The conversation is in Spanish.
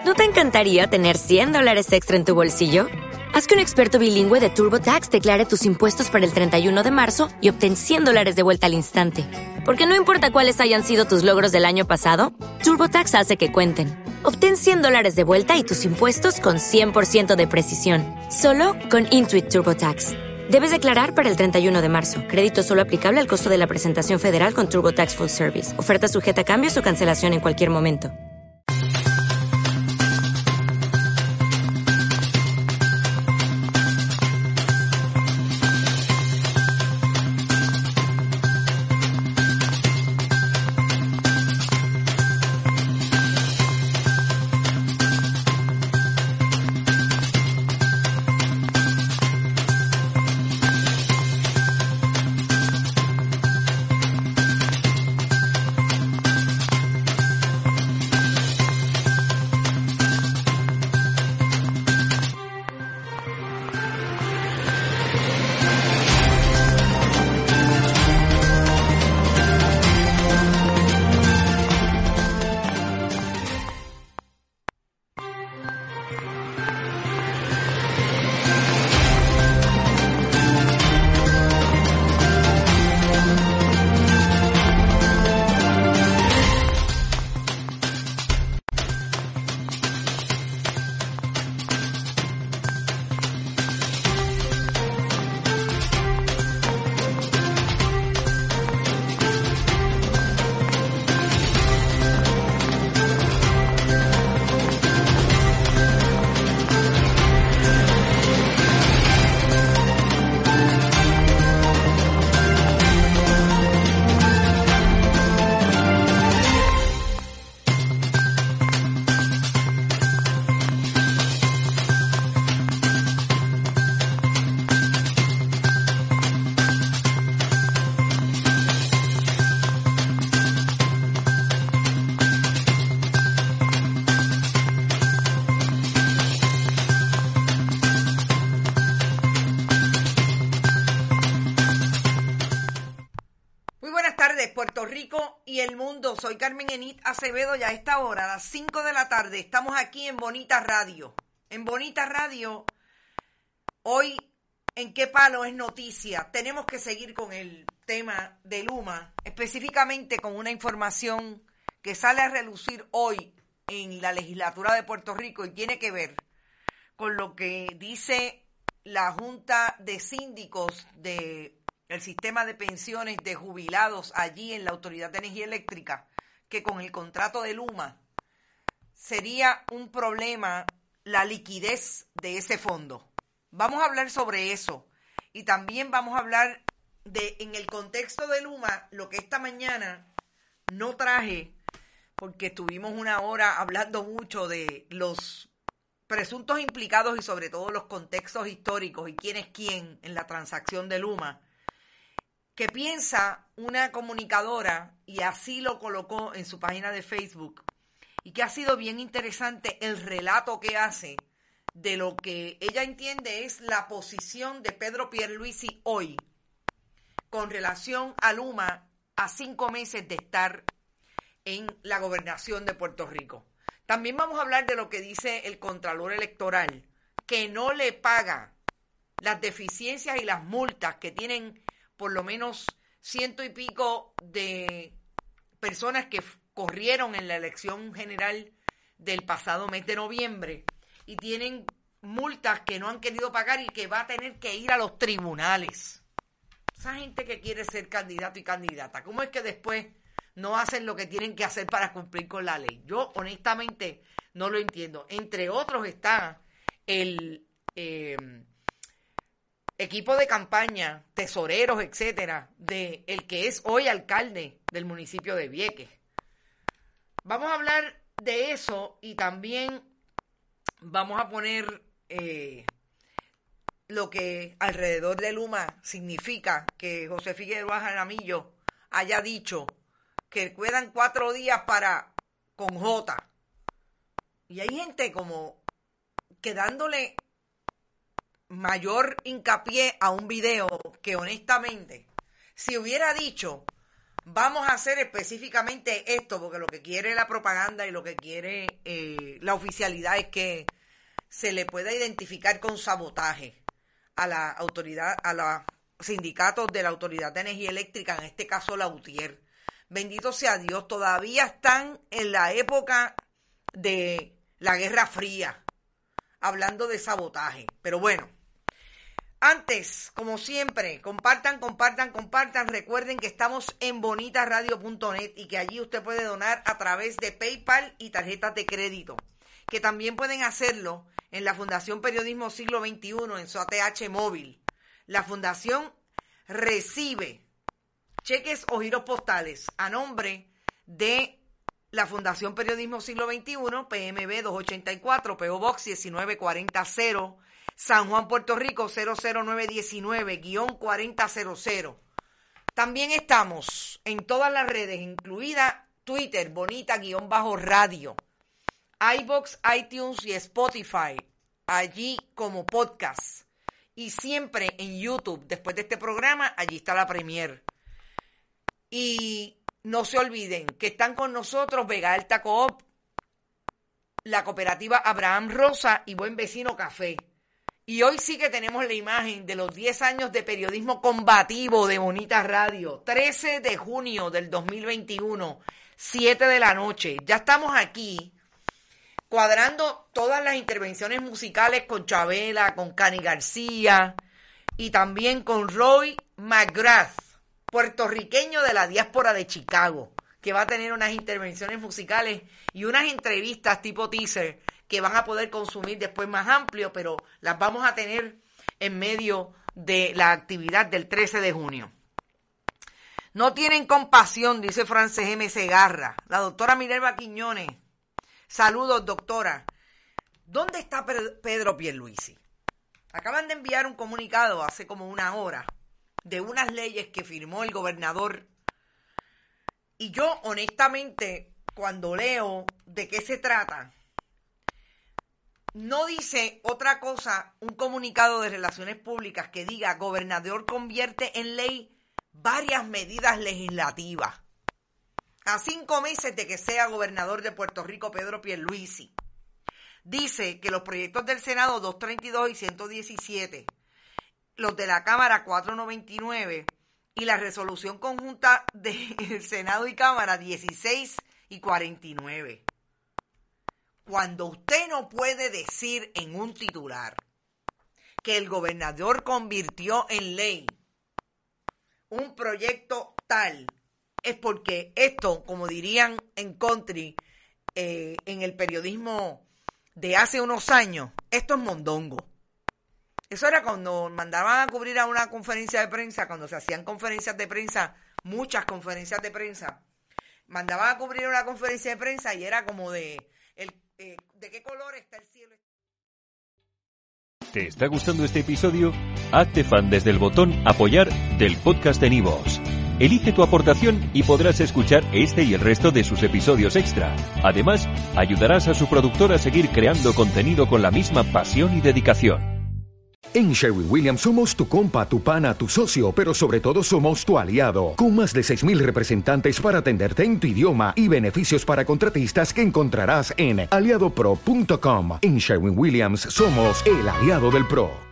¿No te encantaría tener $100 extra en tu bolsillo? Haz que un experto bilingüe de TurboTax declare tus impuestos para el 31 de marzo y obtén $100 de vuelta al instante. Porque no importa cuáles hayan sido tus logros del año pasado, TurboTax hace que cuenten. Obtén $100 de vuelta y tus impuestos con 100% de precisión, solo con Intuit TurboTax. Debes declarar para el 31 de marzo. Crédito solo aplicable al costo de la presentación federal con TurboTax Full Service. Oferta sujeta a cambios o cancelación en cualquier momento. Puerto Rico y el mundo. Soy Carmen Enit Acevedo y a esta hora, a las 5 de la tarde, estamos aquí en Bonita Radio. En Bonita Radio, hoy, ¿en qué palo es noticia? Tenemos que seguir con el tema de Luma, específicamente con una información que sale a relucir hoy en la legislatura de Puerto Rico y tiene que ver con lo que dice la Junta de Síndicos de el sistema de pensiones de jubilados allí en la Autoridad de Energía Eléctrica, que con el contrato de Luma sería un problema la liquidez de ese fondo. Vamos a hablar sobre eso y también vamos a hablar de, en el contexto de Luma, lo que esta mañana no traje, porque estuvimos una hora hablando mucho de los presuntos implicados y sobre todo los contextos históricos y quién es quién en la transacción de Luma, que piensa una comunicadora, y así lo colocó en su página de Facebook, y que ha sido bien interesante el relato que hace de lo que ella entiende es la posición de Pedro Pierluisi hoy con relación a Luma a 5 meses de estar en la gobernación de Puerto Rico. También vamos a hablar de lo que dice el Contralor Electoral, que no le paga las deficiencias y las multas que tienen por lo menos 100 y pico de personas que corrieron en la elección general del pasado mes de noviembre y tienen multas que no han querido pagar y que va a tener que ir a los tribunales. Esa gente que quiere ser candidato y candidata, ¿cómo es que después no hacen lo que tienen que hacer para cumplir con la ley? Yo honestamente no lo entiendo. Entre otros está el equipo de campaña, tesoreros, etcétera, de el que es hoy alcalde del municipio de Vieques. Vamos a hablar de eso y también vamos a poner lo que alrededor de Luma significa que José Figueroa Jaramillo haya dicho que quedan 4 días para con J. Y hay gente como que dándole mayor hincapié a un video que honestamente, si hubiera dicho vamos a hacer específicamente esto, porque lo que quiere la propaganda y lo que quiere la oficialidad es que se le pueda identificar con sabotaje a la autoridad, a los sindicatos de la Autoridad de Energía Eléctrica, en este caso la UTIER. Bendito sea Dios, todavía están en la época de la Guerra Fría, hablando de sabotaje. Pero bueno, antes, como siempre, compartan. Recuerden que estamos en bonitasradio.net y que allí usted puede donar a través de PayPal y tarjetas de crédito. Que también pueden hacerlo en la Fundación Periodismo Siglo XXI, en su ATH móvil. La Fundación recibe cheques o giros postales a nombre de la Fundación Periodismo Siglo XXI, PMB 284, PO Box 19400, San Juan, Puerto Rico 00919-4000. También estamos en todas las redes, incluida Twitter, bonita_radio, iVoox, iTunes y Spotify, allí como podcast. Y siempre en YouTube, después de este programa, allí está la premier. Y no se olviden que están con nosotros Vega Alta Coop, la cooperativa Abraham Rosa y Buen Vecino Café. Y hoy sí que tenemos la imagen de los 10 años de periodismo combativo de Bonita Radio. 13 de junio del 2021, 7 de la noche. Ya estamos aquí cuadrando todas las intervenciones musicales con Chabela, con Cani García y también con Roy McGrath, puertorriqueño de la diáspora de Chicago, que va a tener unas intervenciones musicales y unas entrevistas tipo teaser que van a poder consumir después más amplio, pero las vamos a tener en medio de la actividad del 13 de junio. No tienen compasión, dice Frances M. Segarra. La doctora Minerva Quiñones. Saludos, doctora. ¿Dónde está Pedro Pierluisi? Acaban de enviar un comunicado hace como una hora de unas leyes que firmó el gobernador. Y yo, honestamente, cuando leo de qué se trata, no dice otra cosa un comunicado de Relaciones Públicas que diga: gobernador convierte en ley varias medidas legislativas. A 5 meses de que sea gobernador de Puerto Rico Pedro Pierluisi. Dice que los proyectos del Senado 232 y 117, los de la Cámara 499 y la resolución conjunta del Senado y Cámara 16 y 49. Cuando usted no puede decir en un titular que el gobernador convirtió en ley un proyecto tal, es porque esto, como dirían en country, en el periodismo de hace unos años, esto es mondongo. Eso era cuando mandaban a cubrir a una conferencia de prensa, cuando se hacían conferencias de prensa, muchas conferencias de prensa, mandaban a cubrir una conferencia de prensa y era como de qué color está el cielo. ¿Te está gustando este episodio? Hazte fan desde el botón Apoyar del podcast de Nivos. Elige tu aportación y podrás escuchar este y el resto de sus episodios extra. Además, ayudarás a su productor a seguir creando contenido con la misma pasión y dedicación. En Sherwin-Williams somos tu compa, tu pana, tu socio, pero sobre todo somos tu aliado. Con más de 6,000 representantes para atenderte en tu idioma y beneficios para contratistas que encontrarás en aliadopro.com. En Sherwin-Williams somos el aliado del pro.